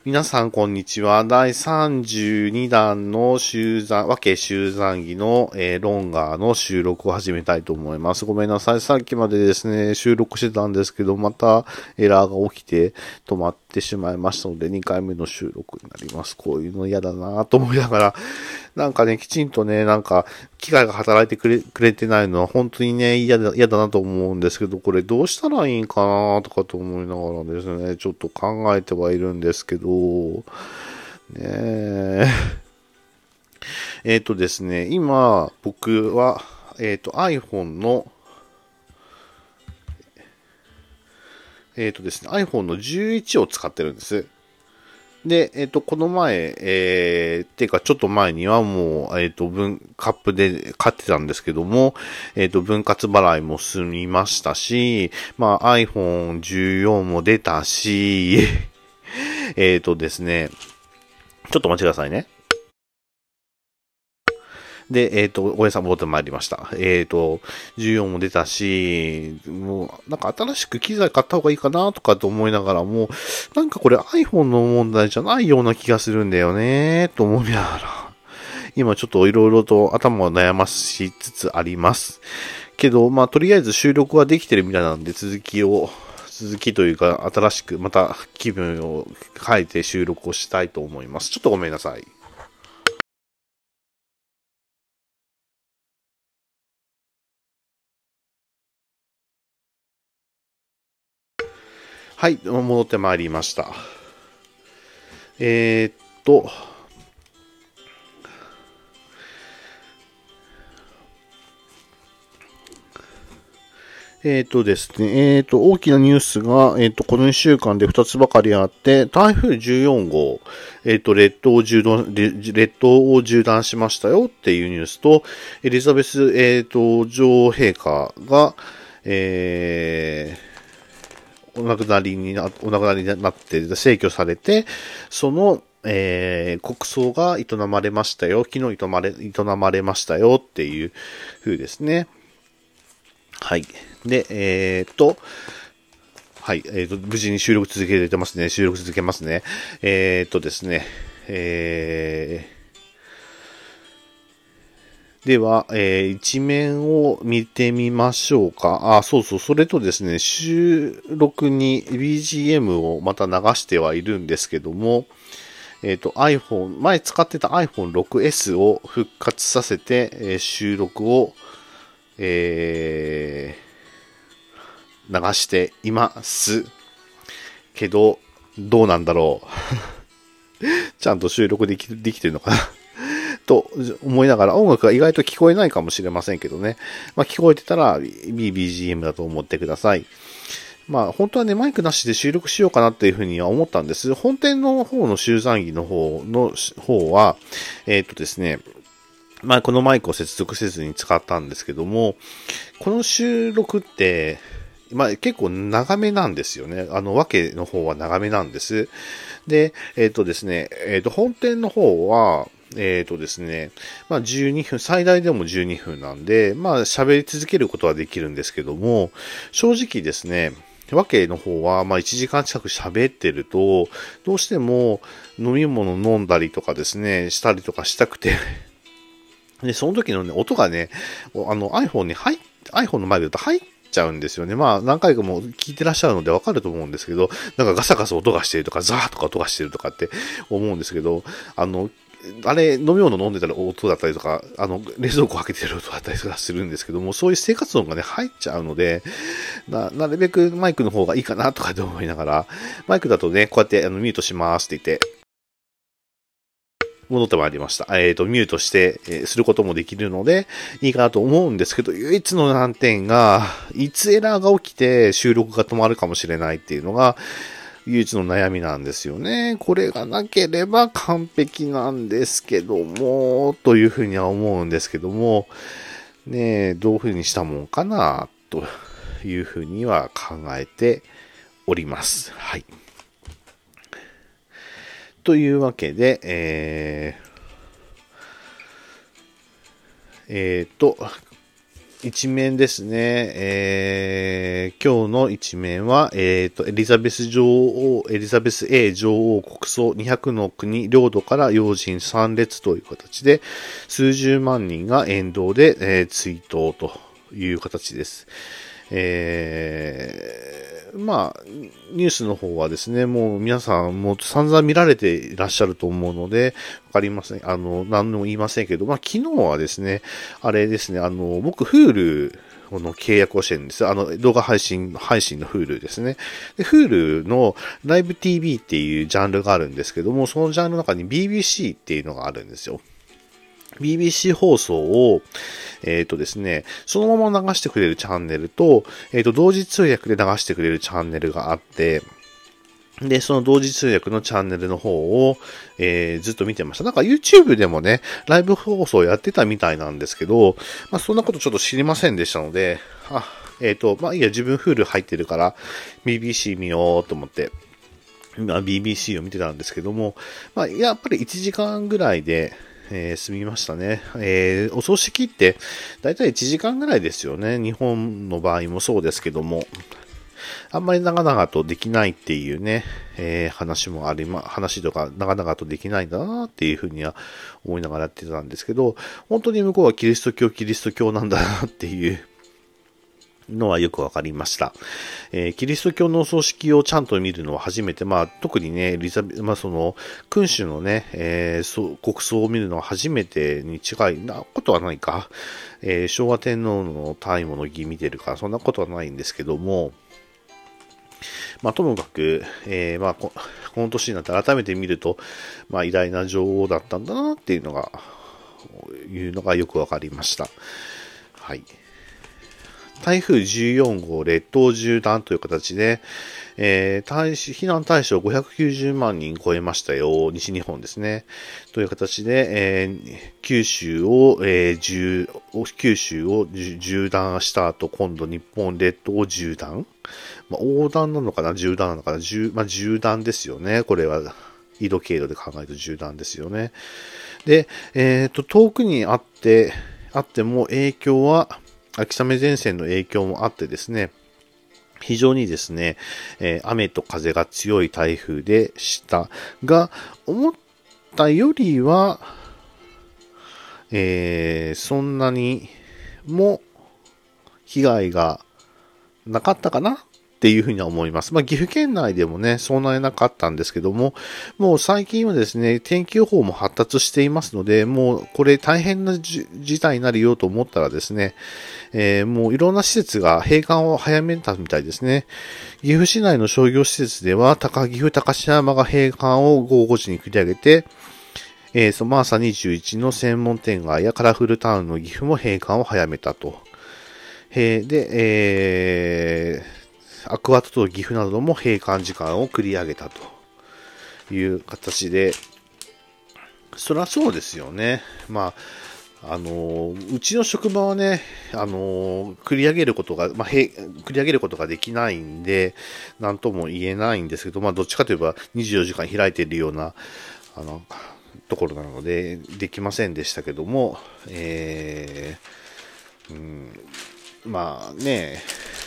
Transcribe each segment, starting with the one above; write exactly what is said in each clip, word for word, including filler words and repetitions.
皆さん、こんにちは。だいさんじゅうにだんの集団、和気集団儀の、えー、ロンガーの収録を始めたいと思います。ごめんなさい。さっきまでですね、収録してたんですけど、またエラーが起きて止まってしまいましたので、にかいめの収録になります。こういうの嫌だなと思いながら、なんかね、きちんとね、なんか、機械が働いてくれ、くれてないのは本当にね、嫌だ、嫌だなと思うんですけど、これどうしたらいいんかなとかと思いながらですね、ちょっと考えてはいるんですけど、ねえ。えっとですね、今、僕は、えっと、iPhone の、えっとですね、iPhone のじゅういちを使ってるんです。で、えっ、と、この前、えー、っていうか、ちょっと前にはもう、えっ、と、分、カップで買ってたんですけども、えっ、と、分割払いも済みましたし、まあ、アイフォンじゅうよん も出たし、えっとですね、ちょっとお待ちくださいね。で、えっ、と、ごめんなさい、戻ってまいりました。えっ、と、じゅうよんも出たし、もう、なんか新しく機材買った方がいいかなとかと思いながらも、なんかこれ iPhone の問題じゃないような気がするんだよね、と思いながら、今ちょっといろいろと頭を悩ましつつあります。けど、まあ、とりあえず収録はできてるみたいなんで、続きを、続きというか、新しく、また気分を変えて収録をしたいと思います。ちょっとごめんなさい。はい、戻ってまいりました。えー、っと、えっ、とですね、えっ、と、大きなニュースが、えっ、と、このいっしゅうかんでふたつばかりあって、台風じゅうよん号、えっ、と、列島を縦断、列島を縦断しましたよっていうニュースと、エリザベス、えっ、と、女王陛下が、えー、お亡くなりにな、お亡くなりになって、逝去されて、その、えー、国葬が営まれましたよ、昨日営まれ、営まれましたよっていう風ですね。はい。で、えー、っと、はい、えー、っと、無事に収録続けてますね。収録続けますね。えー、っとですね、えー、では、えー、一面を見てみましょうか。あ、そうそう、それとですね、収録に ビージーエム をまた流してはいるんですけども、えっ、と、iPhone、前使ってた アイフォンシックスエス を復活させて、えー、収録を、えー、流していますけど、どうなんだろう。ちゃんと収録できできてるのかなと思いながら、音楽が意外と聞こえないかもしれませんけどね。まあ聞こえてたら ビージーエム だと思ってください。まあ本当はね、マイクなしで収録しようかなっていうふうには思ったんです。本店の方の集団儀の方の方は、えっ、ー、とですね、まあこのマイクを接続せずに使ったんですけども、この収録って、まあ結構長めなんですよね。あの、わけの方は長めなんです。で、えっ、ー、とですね、えっ、ー、と、本店の方は、えっ、ー、とですね、まあじゅうにふん、最大でもじゅうにふんなんで、まあ喋り続けることはできるんですけども、正直ですね、わけの方は、まあいちじかん近く喋ってると、どうしても飲み物飲んだりとかですね、したりとかしたくてで、その時のね、音がね、あの iPhone に入っ、iPhone の前で言うと入っちゃうんですよね。まあ何回かも聞いてらっしゃるのでわかると思うんですけど、なんかガサガサ音がしてるとか、ザーとか音がしてるとかって思うんですけど、あの、あれ、飲み物飲んでたら音だったりとか、あの、冷蔵庫開けてる音だったりとかするんですけども、そういう生活音がね、入っちゃうので、な、なるべくマイクの方がいいかなとかって思いながら、マイクだとね、こうやってあのミュートしますって言って、戻ってまいりました。えっ、ー、と、ミュートして、えー、することもできるので、いいかなと思うんですけど、唯一の難点が、いつエラーが起きて収録が止まるかもしれないっていうのが、唯一の悩みなんですよね。これがなければ完璧なんですけども、というふうには思うんですけども、ねえ、どういうふうにしたもんかな、というふうには考えております。はい。というわけで、えー、えーと、 一面ですね。えー、今日の一面は、えーと、エリザベス女王、エリザベス A 女王国葬にひゃくの国領土から要人参列という形で、数十万人が沿道で、えー、追悼という形です。えー、まあ、ニュースの方はですね、もう皆さんもう散々見られていらっしゃると思うので、わかりません。あの、何でも言いませんけど、まあ昨日はですね、あれですね、あの、僕、Hulu の契約をしてるんです。あの、動画配信、配信の Hulu ですね。で、Hulu のライブ ティーブイ っていうジャンルがあるんですけども、そのジャンルの中に ビービーシー っていうのがあるんですよ。ビービーシー 放送を、えっとですね、そのまま流してくれるチャンネルと、えっと、同時通訳で流してくれるチャンネルがあって、で、その同時通訳のチャンネルの方を、えー、ずっと見てました。なんか YouTube でもね、ライブ放送やってたみたいなんですけど、まあそんなことちょっと知りませんでしたので、あ、えっと、まあいいや、自分 Hulu 入ってるから ビービーシー 見ようと思って、今 ビービーシー を見てたんですけども、まあやっぱりいちじかんぐらいで、えー、済みましたね。えー、お葬式って、だいたいいちじかんぐらいですよね。日本の場合もそうですけども。あんまり長々とできないっていうね、えー、話もありま、話とか長々とできないんだなっていうふうには思いながらやってたんですけど、本当に向こうはキリスト教、キリスト教なんだなっていうのはよくわかりました。えー、キリスト教のお葬式をちゃんと見るのは初めて、まあ特にね、リザベ、まあその、君主のね、えー、そう国葬を見るのは初めてに違いなことはないか。えー、昭和天皇の大喪の儀見てるから、そんなことはないんですけども、まあ、ともかく、えー、まあこ、この年になって改めて見ると、まあ、偉大な女王だったんだなっていうのが、いうのがよくわかりました。はい。台風じゅうよん号列島縦断という形で、えー、対避難対象ごひゃくきゅうじゅうまんにん超えましたよ。西日本ですね。という形で、えー、九州を、えー、九州を縦断した後、今度日本列島を縦断、まあ、横断なのかな縦断なのかな、まあ、縦断ですよね。これは、緯度経度で考えると縦断ですよね。で、えっと、遠くにあって、あっても影響は、秋雨前線の影響もあってですね、非常にですね、えー、雨と風が強い台風でしたが、思ったよりは、えー、そんなにも被害がなかったかなっていうふうには思います。まあ、岐阜県内でもね、そんなになかったんですけども、もう最近はですね、天気予報も発達していますので、もうこれ大変な事態になるよと思ったらですね、えー、もういろんな施設が閉館を早めたみたいですね。岐阜市内の商業施設では、高岐阜高島山が閉館を午後ごじに繰り上げて、えー、そマーサにじゅういちの専門店街やカラフルタウンの岐阜も閉館を早めたと。えー、で、えー、アクアトと岐阜なども閉館時間を繰り上げたという形で、そりゃそうですよね。まあ、あの、うちの職場はね、あの、繰り上げることが、まあ、繰り上げることができないんで、なんとも言えないんですけど、まあ、どっちかといえばにじゅうよじかん開いているような、あの、ところなので、できませんでしたけども、えー、うん、まあね、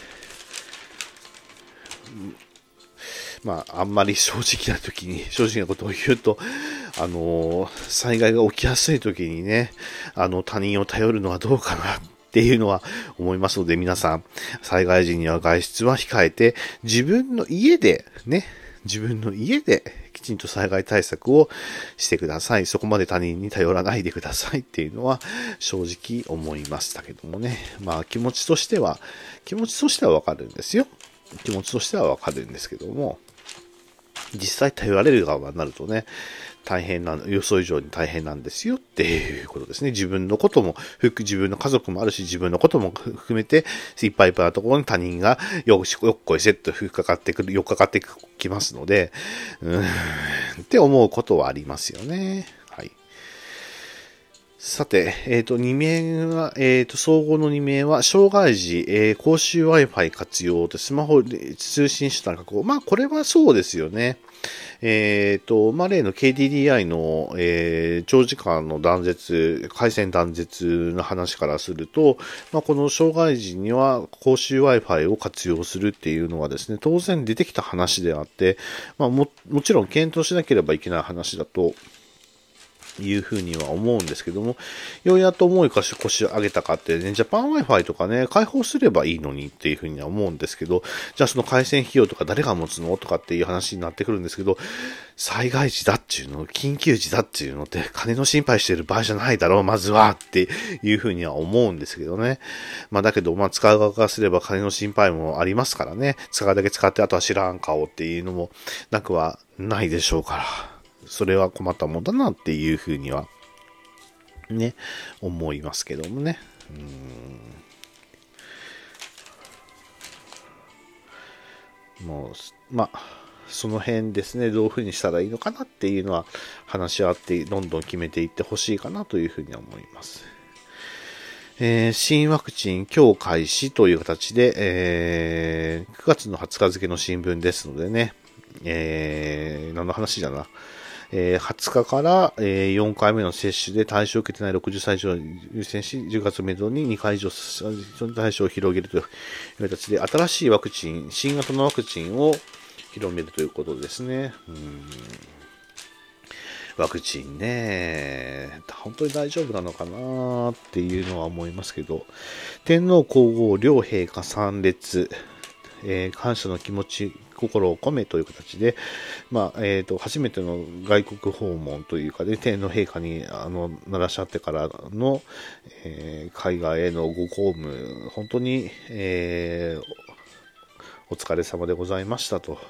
まあ、あんまり正直な時に、正直なことを言うと、あの、災害が起きやすい時にね、あの、他人を頼るのはどうかなっていうのは思いますので、皆さん、災害時には外出は控えて、自分の家で、ね、自分の家できちんと災害対策をしてください。そこまで他人に頼らないでくださいっていうのは正直思いましたけどもね。まあ気持ちとしては、気持ちとしてはわかるんですよ。気持ちとしてはわかるんですけども、実際頼られる側になるとね、大変な、予想以上に大変なんですよっていうことですね。自分のことも、自分の家族もあるし、自分のことも含めて、いっぱいいっぱいなところに他人がよっよっこいせっとふっかかってくる、よっかかってきますので、うーん、って思うことはありますよね。はい。さて、えっ、ー、と、に名は、えっ、ー、と、総合のに名は、障害時、えー、公衆 Wi-Fi 活用でスマホ通信手段確保。まあ、これはそうですよね。 えっと、まあ、例の ケーディーディーアイ の、えー、長時間の断絶、回線断絶の話からすると、まあ、この障害時には公衆 Wi-Fi を活用するっていうのはですね、当然出てきた話であって、まあ、も、もちろん検討しなければいけない話だと、いうふうには思うんですけども、ようやっと思いかし腰を上げたかってね、ジャパン Wi-Fi とかね、開放すればいいのにっていうふうには思うんですけど、じゃあその回線費用とか誰が持つのとかっていう話になってくるんですけど、災害時だっていうの、緊急時だっていうのって金の心配してる場合じゃないだろう、まずはっていうふうには思うんですけどね。まあだけど、まあ使う側からすれば金の心配もありますからね、使うだけ使ってあとは知らん顔っていうのもなくはないでしょうから。それは困ったもんだなっていうふうにはね、思いますけどもね。うーんもう、まあ、その辺ですね、どういうふうにしたらいいのかなっていうのは話し合ってどんどん決めていってほしいかなというふうには思います。えー、新ワクチン今日開始という形で、えー、くがつのはつか付の新聞ですのでね、えー、何の話だな。えー、はつかから、えー、よんかいめの接種で対象を受けてないろくじゅっさい以上を優先し、じゅうがつめどににかい以上対象を広げるという形で、新しいワクチン、新型のワクチンを広めるということですね。うーんワクチンね、本当に大丈夫なのかなっていうのは思いますけど、天皇皇后両陛下参列、えー、感謝の気持ち、心を込めという形で、まあ、えっと、初めての外国訪問というかで、天皇陛下に、あの、ならっしゃってからの、えー、海外へのご公務、本当に、えー、お疲れ様でございましたと。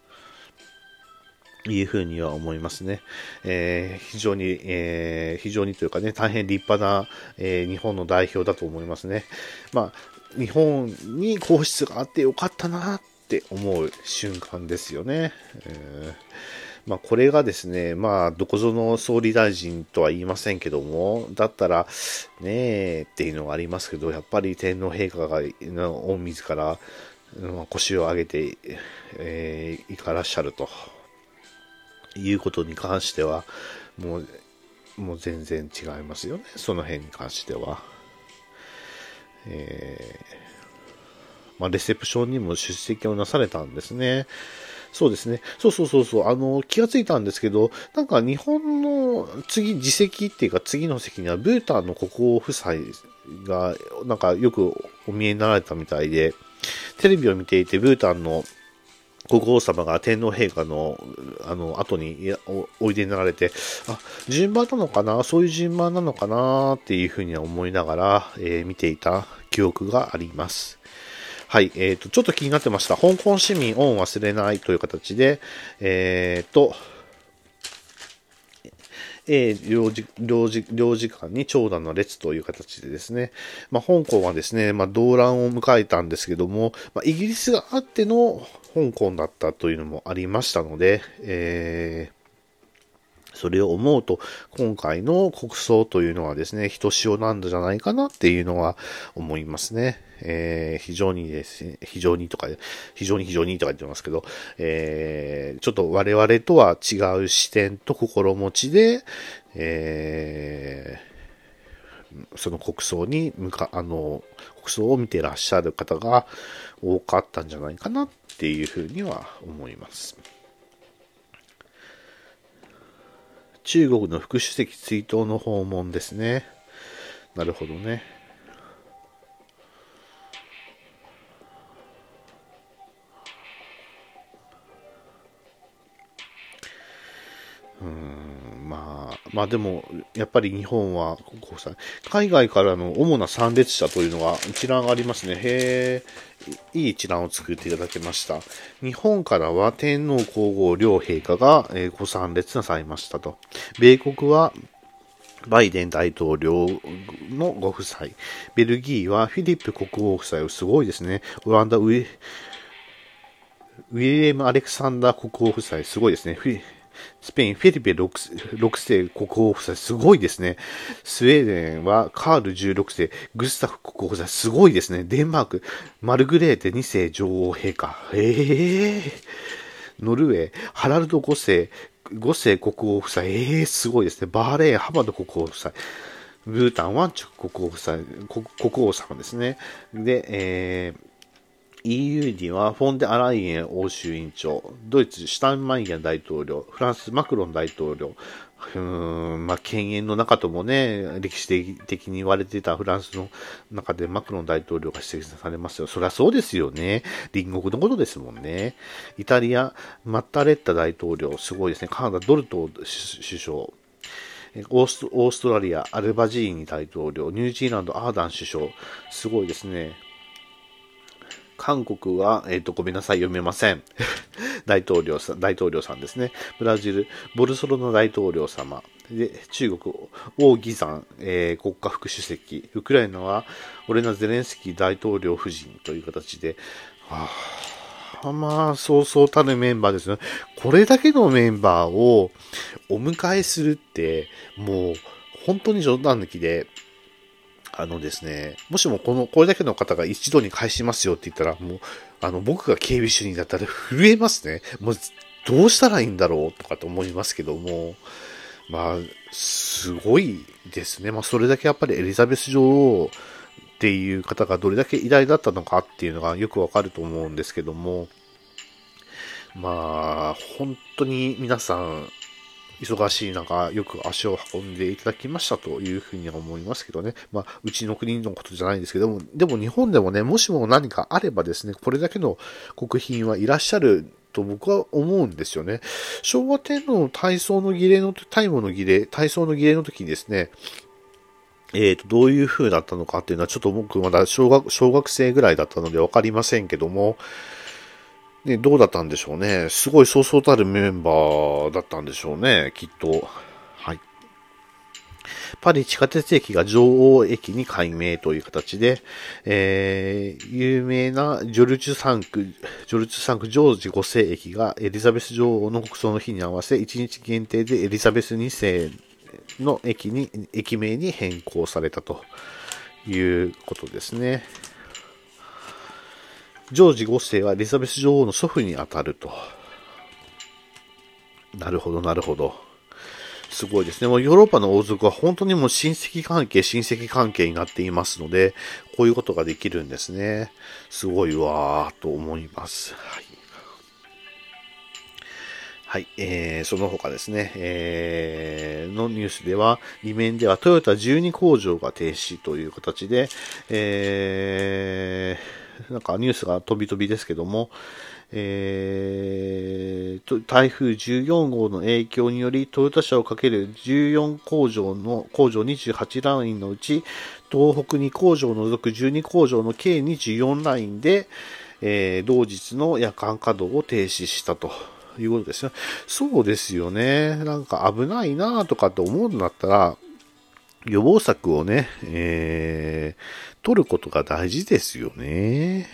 いうふうには思いますね。えー、非常に、えー、非常にというかね、大変立派な、えー、日本の代表だと思いますね。まあ、日本に皇室があってよかったなって思う瞬間ですよね。えーまあ、これがですね、まあ、どこぞの総理大臣とは言いませんけども、だったら、ねえっていうのがありますけど、やっぱり天皇陛下が、御自ら、腰を上げて、えー、いからっしゃると。いうことに関しては、もう、もう全然違いますよね。その辺に関しては。えー、まあ、レセプションにも出席をなされたんですね。そうですね。そうそうそうそう。あの、気がついたんですけど、なんか日本の次、次席っていうか次の席にはブータンの国王夫妻が、なんかよくお見えになられたみたいで、テレビを見ていてブータンの国王様が天皇陛下の、あの、後にお、おいでになられて、あ、順番なのかなそういう順番なのかなっていうふうには思いながら、えー、見ていた記憶があります。はい、えっと、ちょっと気になってました。香港市民オン忘れないという形で、えっと、えー、領事、領事、領事館に長蛇の列という形でですね、まあ、香港はですね、まあ、動乱を迎えたんですけども、まあ、イギリスがあっての香港だったというのもありましたので、えーそれを思うと、今回の国葬というのはですね、ひとしおなんじゃないかなっていうのは思いますね。えー、非常にですね、非常にとか、非常に非常にとか言ってますけど、えー、ちょっと我々とは違う視点と心持ちで、えー、その国葬に向か、あの、国葬を見てらっしゃる方が多かったんじゃないかなっていうふうには思います。中国の副主席追悼の訪問ですね。なるほどね。うーん、まあ、まあでも、やっぱり日本は、こうさ、海外からの主な参列者というのが一覧ありますね。へえ、いい一覧を作っていただきました。日本からは天皇皇后両陛下が、えー、ご参列なさいましたと。米国は、バイデン大統領のご夫妻。ベルギーはフィリップ国王夫妻、すごいですね。オランダウィ、ウィリアム・アレクサンダー国王夫妻、すごいですね。スペイン、フェリペ ろく, ろく世国王夫妻、すごいですね。スウェーデンはカールじゅうろく世、グスタフ国王夫妻、すごいですね。デンマーク、マルグレーテに世女王陛下。ええー、 ノルウェー、ハラルドごせい、ごせい国王夫妻、えー、すごいですね。バーレーン、ハマド国王夫妻、ブータン、ワンチュク国王夫妻、国, 国王様ですね。で、えー、イーユー にはフォンデアライエン欧州委員長、ドイツ、シュタインマイヤー大統領、フランス、マクロン大統領、うーん、まあ、犬猿の中ともね、歴史的に言われていたフランスの中でマクロン大統領が出席されますよ。そりゃそうですよね。隣国のことですもんね。イタリア、マッタレッタ大統領、すごいですね。カナダ、ドルト首相、オースト、オーストラリア、アルバジーニ大統領、ニュージーランド、アーダン首相、すごいですね。韓国は、えっと、ごめんなさい、読めません。大統領さん、大統領さんですね。ブラジル、ボルソロナ大統領様。で、中国、王岐山、えー、国家副主席。ウクライナは、オレナ・ゼレンスキー大統領夫人という形で、はあ、まあ、そうそうたるメンバーですね。これだけのメンバーをお迎えするって、もう、本当に冗談抜きで、あのですね、もしもこの、これだけの方が一度に返しますよって言ったら、もう、あの、僕が警備主任だったら震えますね。もう、どうしたらいいんだろうとかと思いますけども、まあ、すごいですね。まあ、それだけやっぱりエリザベス女王っていう方がどれだけ偉大だったのかっていうのがよくわかると思うんですけども、まあ、本当に皆さん、忙しい中、よく足を運んでいただきましたというふうには思いますけどね。まあ、うちの国のことじゃないんですけども、でも日本でもね、もしも何かあればですね、これだけの国賓はいらっしゃると僕は思うんですよね。昭和天皇の大喪の儀礼の、大喪の儀礼、大喪の儀礼の時にですね、えっと、どういう風だったのかっていうのは、ちょっと僕まだ小学、小学生ぐらいだったのでわかりませんけども、ね、どうだったんでしょうね。すごいそうそうたるメンバーだったんでしょうね、きっと。はい。パリ地下鉄駅が女王駅に改名という形で、えー、有名なジョルジュサンク、ジョルジュサンクジョージごせい駅がエリザベス女王の国葬の日に合わせ、いちにち限定でエリザベスにせいの駅に、駅名に変更されたということですね。ジョージごせいはエリザベス女王の祖父にあたると。なるほど、なるほど。すごいですね。もうヨーロッパの王族は本当にもう親戚関係、親戚関係になっていますので、こういうことができるんですね。すごいわーと思います。はい。はい、えー、その他ですね、えー、のニュースでは、裏面ではトヨタじゅうに工場が停止という形で、えー、なんかニュースが飛び飛びですけども、えー、台風じゅうよんごうの影響によりトヨタ車をかけるじゅうよんこうじょうの工場にじゅうはちラインのうち東北に工場を除くじゅうにこうじょうの計にじゅうよんラインで、えー、同日の夜間稼働を停止したということですね。そうですよね。なんか危ないなとかって思うんだったら予防策をね、えー、取ることが大事ですよね。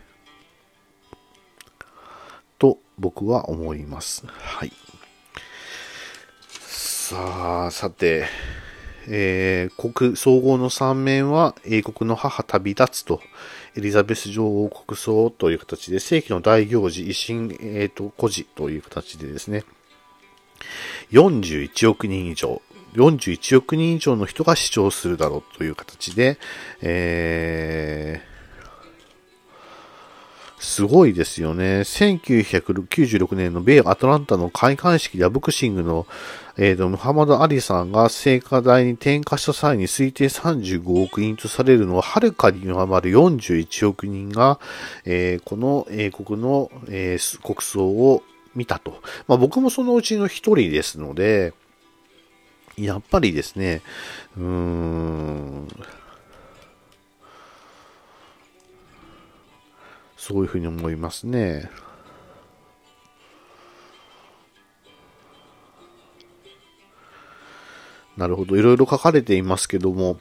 と僕は思います。はい。さあ、さて、えー、国総合のさん面は英国の母旅立つとエリザベス女王国葬という形で世紀の大行事維新、えー、と孤児という形でですね、よんじゅういちおくにん以上よんじゅういちおくにん以上の人が視聴するだろうという形で、えーすごいですよね。せんきゅうひゃくきゅうじゅうろくねんの米アトランタの開会式ではボクシングの、えーと、ムハマド・アリさんが聖火台に点火した際に推定さんじゅうごおくにんとされるのをはるかに上回るよんじゅういちおくにんが、えー、この英国の、えー、国葬を見たと。まあ、僕もそのうちの一人ですので、やっぱりですね、うーん、そういうふうに思いますね。なるほど。いろいろ書かれていますけども、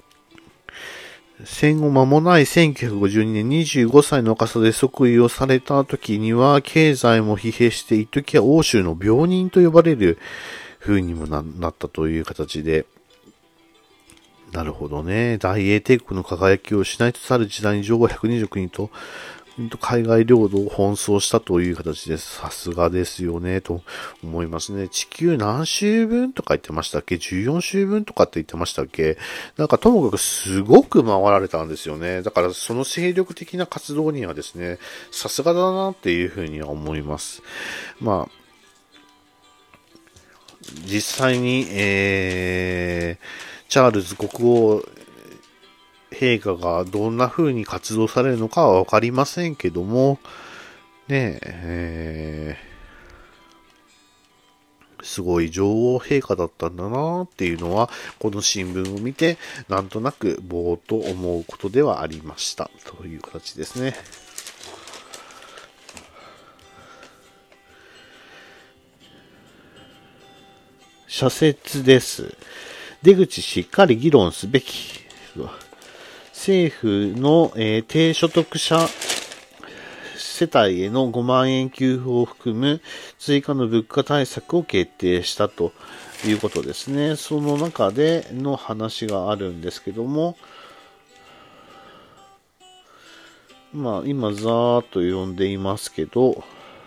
戦後間もないせんきゅうひゃくごじゅうにねんにじゅうごさいの若さで即位をされた時には、経済も疲弊して、一時は欧州の病人と呼ばれる風にも な, なったという形で、なるほどね。大英帝国の輝きを失いつつある時代に女王ひゃくにじゅうきゅうにんと海外領土を奔走したという形です。さすがですよね、と思いますね。地球何周分とか言ってましたっけ ?じゅうよん 周分とかって言ってましたっけ？なんかともかくすごく回られたんですよね。だからその精力的な活動にはですね、さすがだなっていうふうには思います。まあ、実際に、えー、チャールズ国王、陛下がどんな風に活動されるのかはわかりませんけども、ねえ、ー、すごい女王陛下だったんだなっていうのは、この新聞を見て、なんとなくぼーっと思うことではありました。という形ですね。社説です。出口しっかり議論すべき。政府の、えー、低所得者世帯へのごまんえん給付を含む追加の物価対策を決定したということですね。その中での話があるんですけども、まあ今ざーっと読んでいますけど、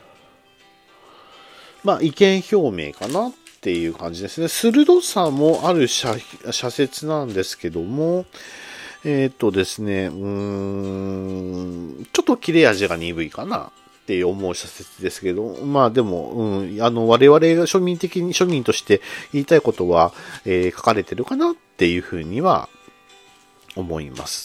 まあ意見表明かなっていう感じですね。鋭さもある社説なんですけども、えー、っとですね、うーん、ちょっと切れ味が鈍いかなって思う社説ですけど、まあでも、うん、あの、我々が庶民的に、庶民として言いたいことは、えー、書かれてるかなっていうふうには思います。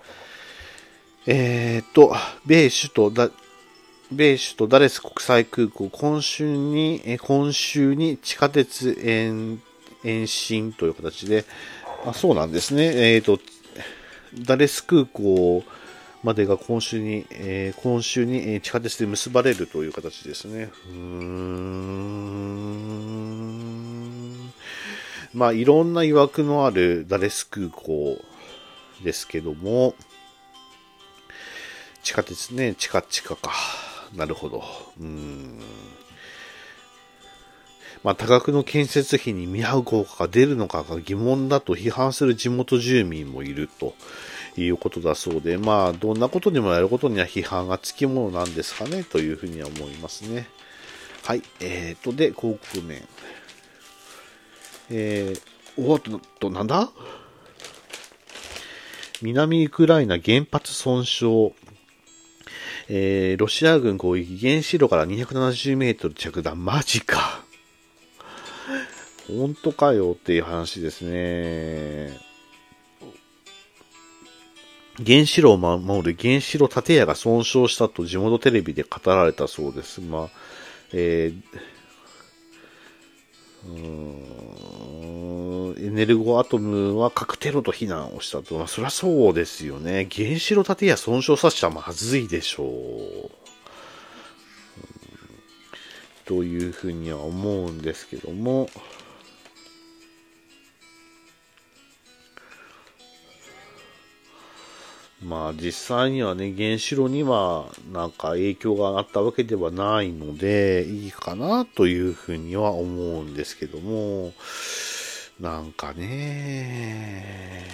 えー、っと、米首都だ、米首都ダレス国際空港、今週に、え今週に地下鉄延延伸という形で、あ、そうなんですね。えー、っと、ダレス空港までが今週に、えー、今週に地下鉄で結ばれるという形ですね。うーん。まあ、いろんな曰くのあるダレス空港ですけども、地下鉄ね、地下地下か。なるほど。うーん。まあ、多額の建設費に見合う効果が出るのかが疑問だと批判する地元住民もいるということだそうで、まあ、どんなことにもやることには批判がつきものなんですかね、というふうには思いますね。はい。えーと、で、広告面。えー、おっと、と、なんだ南ウクライナ原発損傷。えー、ロシア軍攻撃、原子炉からにひゃくななじゅうメートル着弾。マジか。本当かよっていう話ですね。原子炉を守る原子炉建屋が損傷したと地元テレビで語られたそうです。まあ、えー、うーんエネルゴアトムは核テロと非難をしたと。まあ、そりゃそうですよね。原子炉建屋損傷させちゃまずいでしょう。というふうには思うんですけども、まあ実際にはね、原子炉にはなんか影響があったわけではないので、いいかなというふうには思うんですけども、なんかね、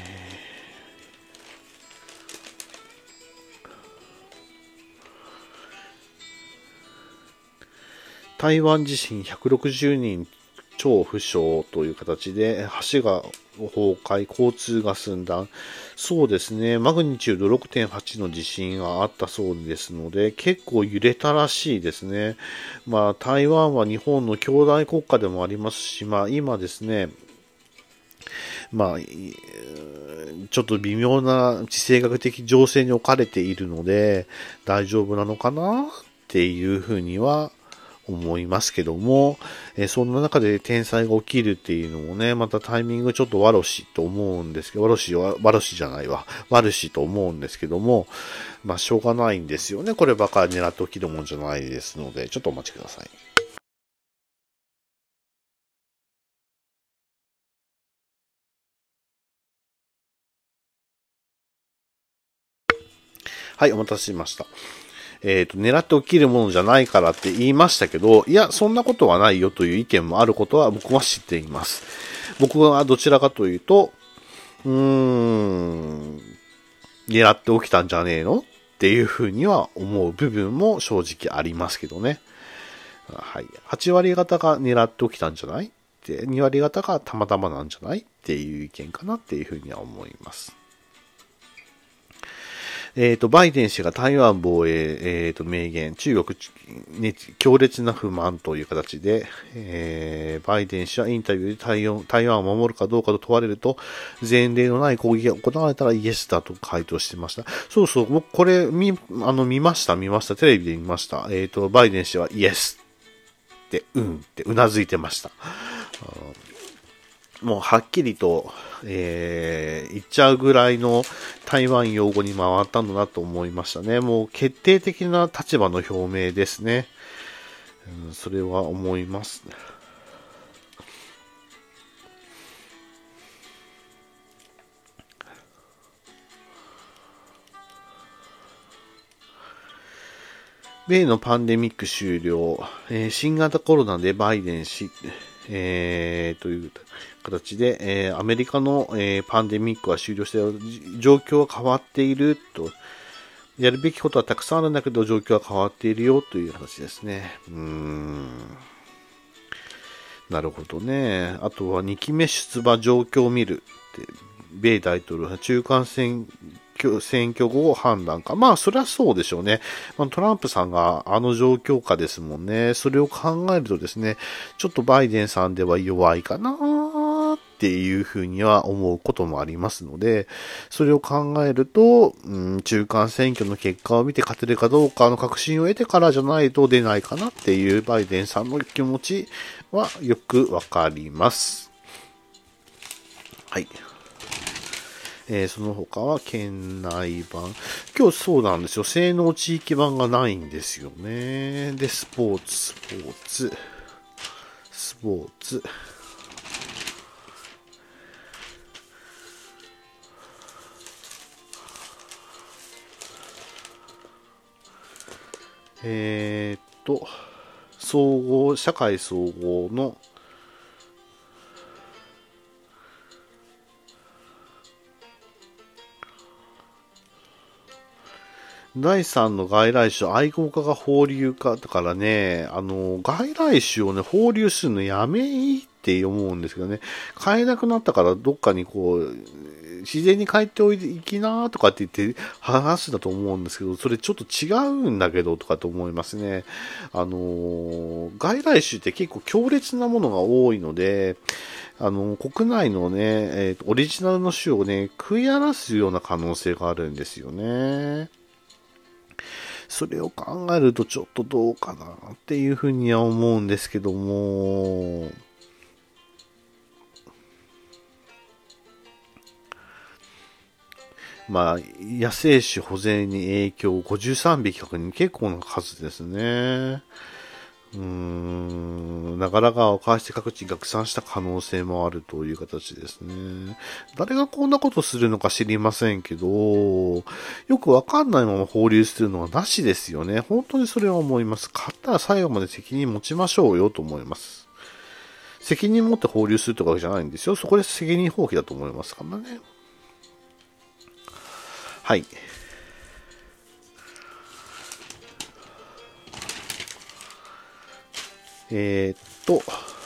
台湾地震ひゃくろくじゅうにん超負傷という形で、橋が崩壊、交通が寸断。そうですね、マグニチュード ろくてんはち の地震があったそうですので、結構揺れたらしいですね。まあ、台湾は日本の兄弟国家でもありますし、まあ、今ですね、まあ、ちょっと微妙な地政学的情勢に置かれているので、大丈夫なのかなっていうふうには思いますけども、えー、そんな中で天災が起きるっていうのもね、またタイミングちょっと悪しと思うんですけど、悪しは、悪しじゃないわ。悪しと思うんですけども、まあしょうがないんですよね。こればかり狙って起きるもんじゃないですので、ちょっとお待ちください。はい、お待たせしました。えっと、狙って起きるものじゃないからって言いましたけど、いや、そんなことはないよという意見もあることは僕は知っています。僕はどちらかというと、うーん、狙って起きたんじゃねえのっっていうふうには思う部分も正直ありますけどね。はい。はち割方が狙って起きたんじゃないって、に割方がたまたまなんじゃないっていう意見かなっていうふうには思います。えっと、バイデン氏が台湾防衛、えっと、明言、中国、ね、強烈な不満という形で、えー、バイデン氏はインタビューで台湾、台湾を守るかどうかと問われると、前例のない攻撃が行われたらイエスだと回答してました。そうそう、僕これ、見、あの、見ました、見ました、テレビで見ました。えっと、バイデン氏はイエスって、うんってうなずいてました。もうはっきりと、えー、言っちゃうぐらいの台湾用語に回ったんだなと思いましたね。もう決定的な立場の表明ですね。うん、それは思います。米のパンデミック終了、えー、新型コロナでバイデン氏、えー、という形で、えー、アメリカの、えー、パンデミックは終了して、状況は変わっていると、やるべきことはたくさんあるんだけど、状況は変わっているよという話ですね。うーん。なるほどね。あとはにきめ出馬状況を見るって、米大統領は中間選挙、選挙後判断か。まあ、それはそうでしょうね。まあ、トランプさんがあの状況下ですもんね。それを考えるとですね、ちょっとバイデンさんでは弱いかなっていうふうには思うこともありますので、それを考えると、うん、中間選挙の結果を見て勝てるかどうかの確信を得てからじゃないと出ないかなっていうバイデンさんの気持ちはよくわかります。はい。えー、その他は県内版。今日そうなんですよ。性能地域版がないんですよね。で、スポーツ、スポーツ、スポーツ。えー、っと、総合、社会総合のだいさんの外来種愛好家が放流かだからね、あの、外来種をね、放流するのやめいいって思うんですけどね、飼えなくなったからどっかにこう、自然に帰っておいていきなとかって言って話だと思うんですけど、それちょっと違うんだけどとかと思いますね。あの、外来種って結構強烈なものが多いので、あの、国内のね、えー、オリジナルの種をね、食い荒らすような可能性があるんですよね。それを考えるとちょっとどうかなっていうふうには思うんですけども、まあ、野生種保全に影響ごじゅうさんびき確認、結構な数ですね。うーん、長良川を介して各地に拡散した可能性もあるという形ですね。誰がこんなことするのか知りませんけど、よくわかんないまま放流するのはなしですよね。本当にそれは思います。買ったら最後まで責任持ちましょうよと思います。責任持って放流するとかわけじゃないんですよ。そこで責任放棄だと思いますからね。はい。えー、っと、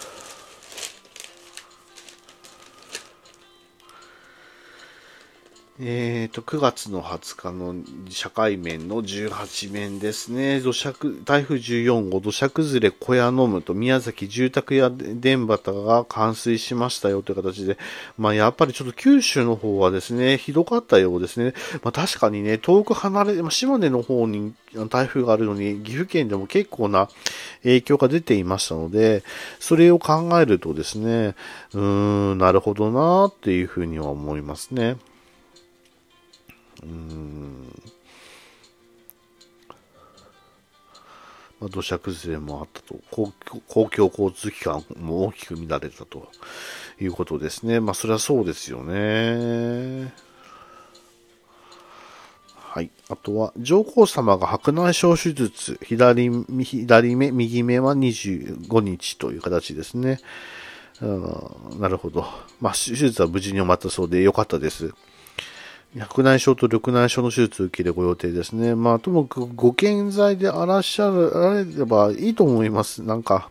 えーと、くがつのはつかの社会面のじゅうはちめんですね。土砂台風じゅうよんごう、土砂崩れ、小屋飲むと、宮崎住宅や田畑が冠水しましたよという形で、まあやっぱりちょっと九州の方はですね、ひどかったようですね。まあ確かにね、遠く離れ、まあ、島根の方に台風があるのに、岐阜県でも結構な影響が出ていましたので、それを考えるとですね、うーん、なるほどなっていうふうには思いますね。うーん、まあ、土砂崩れもあったと、公共、公共交通機関も大きく乱れたということですね。まあ、それはそうですよね。はい。あとは、上皇様が白内障手術、左、左目、右目はにじゅうごにちという形ですね。うん、なるほど。まあ、手術は無事に終わったそうでよかったです。 白内障と緑内障の手術を受けるご予定ですね。まあ、ともかくご健在であらっしゃられればいいと思います。なんか、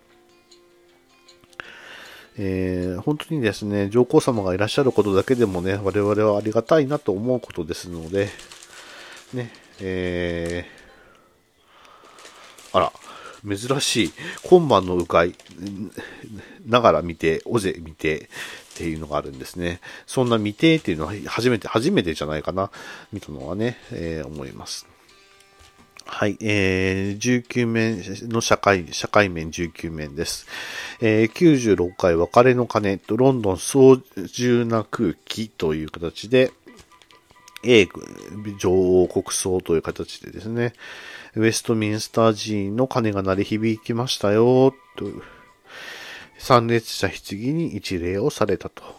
えー、本当にですね、上皇様がいらっしゃることだけでもね、我々はありがたいなと思うことですので、ね、えー、あら、珍しい、今晩の鵜飼ながら見て、尾瀬見て、っていうのがあるんですね。そんな未定っていうのは初めて、初めてじゃないかな、見たのはね、えー、思います。はい、えー、じゅうきゅうめんの社会、社会面じゅうきゅうめんです。えー、きゅうじゅうろっかい別れの鐘とロンドン操縦な空気という形で、英女王国葬という形でですね、ウェストミンスター寺院の鐘が鳴り響きましたよ、という。参列者棺に一礼をされたと。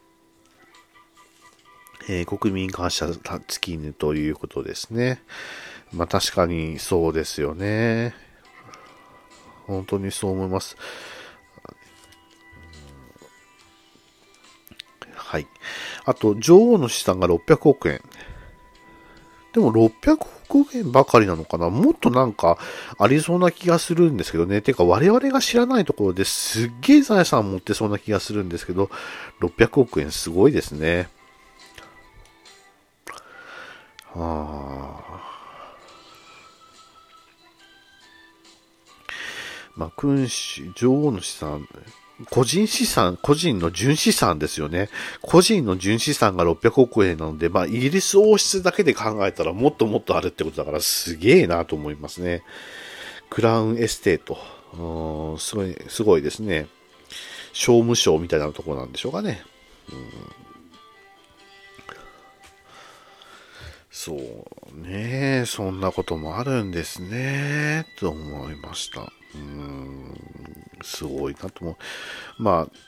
えー、国民感謝尽きぬということですね。まあ確かにそうですよね。本当にそう思います。はい。あと、女王の資産がろっぴゃくおくえん。でもろっぴゃくおくえんばかりなのかな、もっとなんかありそうな気がするんですけどね。てか我々が知らないところですっげえ財産持ってそうな気がするんですけど、ろっぴゃくおくえんすごいですね。はあ。まあ、君主、女王の資産、個人資産、個人の純資産ですよね。個人の純資産がろっぴゃくおくえんなので、まあ、イギリス王室だけで考えたらもっともっとあるってことだからすげえなと思いますね。クラウンエステート。うん、すごい、すごいですね。商務省みたいなところなんでしょうかね。うん、そうね。そんなこともあるんですね。と思いました。うん、すごいなと思う。まあ、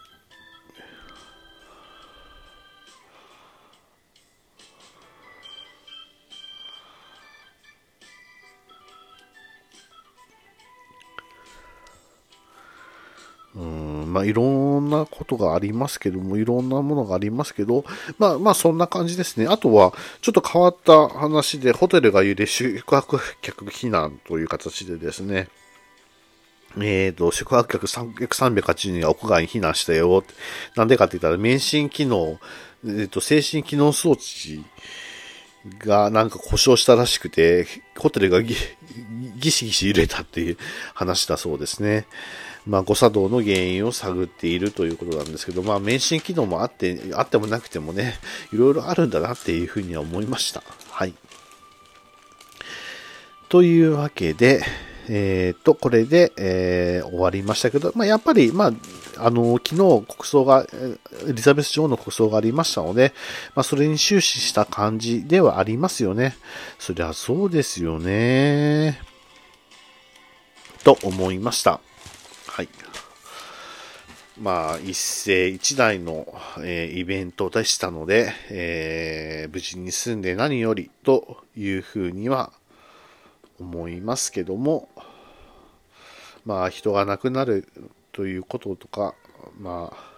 うん、まあ、いろんなことがありますけども、いろんなものがありますけど、まあ、まあ、そんな感じですね。あとは、ちょっと変わった話で、ホテルが揺れ、宿泊客避難という形でですね、えーと、宿泊客さんびゃくはちじゅうにんが屋外に避難したよ。なんでかって言ったら、免震機能、えーと、精神機能装置がなんか故障したらしくて、ホテルがギギシギシ揺れたっていう話だそうですね。まあ、誤作動の原因を探っているということなんですけど、まあ、免震機能もあって、あってもなくてもね、いろいろあるんだなっていうふうには思いました。はい。というわけで、えっ、ー、と、これで、えー、終わりましたけど、まあ、やっぱり、まあ、あの、昨日国葬が、エリザベス女王の国葬がありましたので、まあ、それに終始した感じではありますよね。そりゃそうですよね。と思いました。はい。まあ、一世一代の、えー、イベントでしたので、えー、無事に済んで何よりというふうには思いますけども、まあ、人が亡くなるということとか、まあ、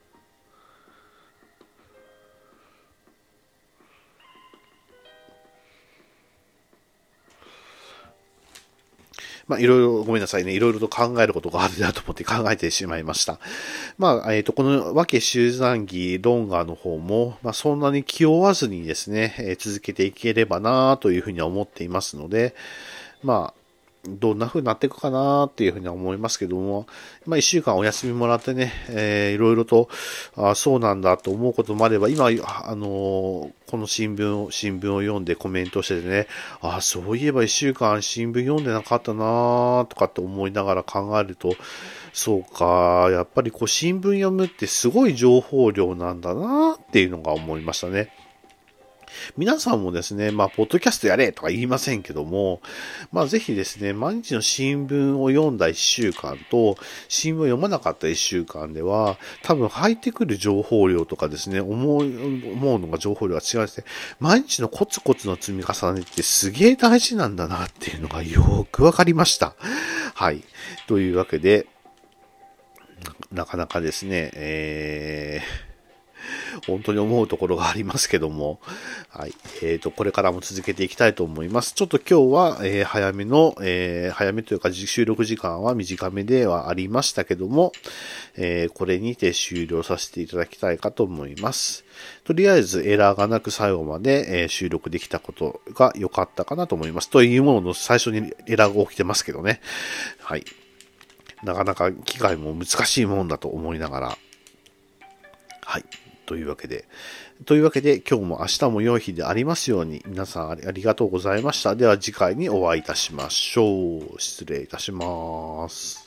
まあ、いろいろ、ごめんなさいね。いろいろと考えることがあるなと思って考えてしまいました。まあ、えっ、ー、と、この和家集団儀ロンガーの方も、まあ、そんなに気負わずにですね、えー、続けていければなというふうには思っていますので、まあ、どんな風になっていくかなっていうふうには思いますけども、まあ一週間お休みもらってね、えー、いろいろと、あそうなんだと思うこともあれば、今、あのー、この新聞を、新聞を読んでコメントしててね、あそういえば一週間新聞読んでなかったなとかって思いながら考えると、そうか、やっぱりこう新聞読むってすごい情報量なんだなっていうのが思いましたね。皆さんもですね、まあ、ポッドキャストやれとか言いませんけども、まあ、ぜひですね、毎日の新聞を読んだいっしゅうかんと、新聞を読まなかったいっしゅうかんでは、多分入ってくる情報量とかですね、思う、思うのが情報量が違うんですね。毎日のコツコツの積み重ねってすげえ大事なんだなっていうのがよくわかりました。はい。というわけで、なかなかですね、えー、 本当に思うところがありますけども、はい。えっと、これからも続けていきたいと思います。ちょっと今日は、えー早めの、えー早めというか収録時間は短めではありましたけども、えーこれにて終了させていただきたいかと思います。とりあえずエラーがなく最後まで、えー収録できたことが良かったかなと思います。というものの最初にエラーが起きてますけどね。はい。なかなか機械も難しいもんだと思いながら。はい。というわけで。というわけで、今日も明日も良い日でありますように、皆さんありがとうございました。では次回にお会いいたしましょう。失礼いたします。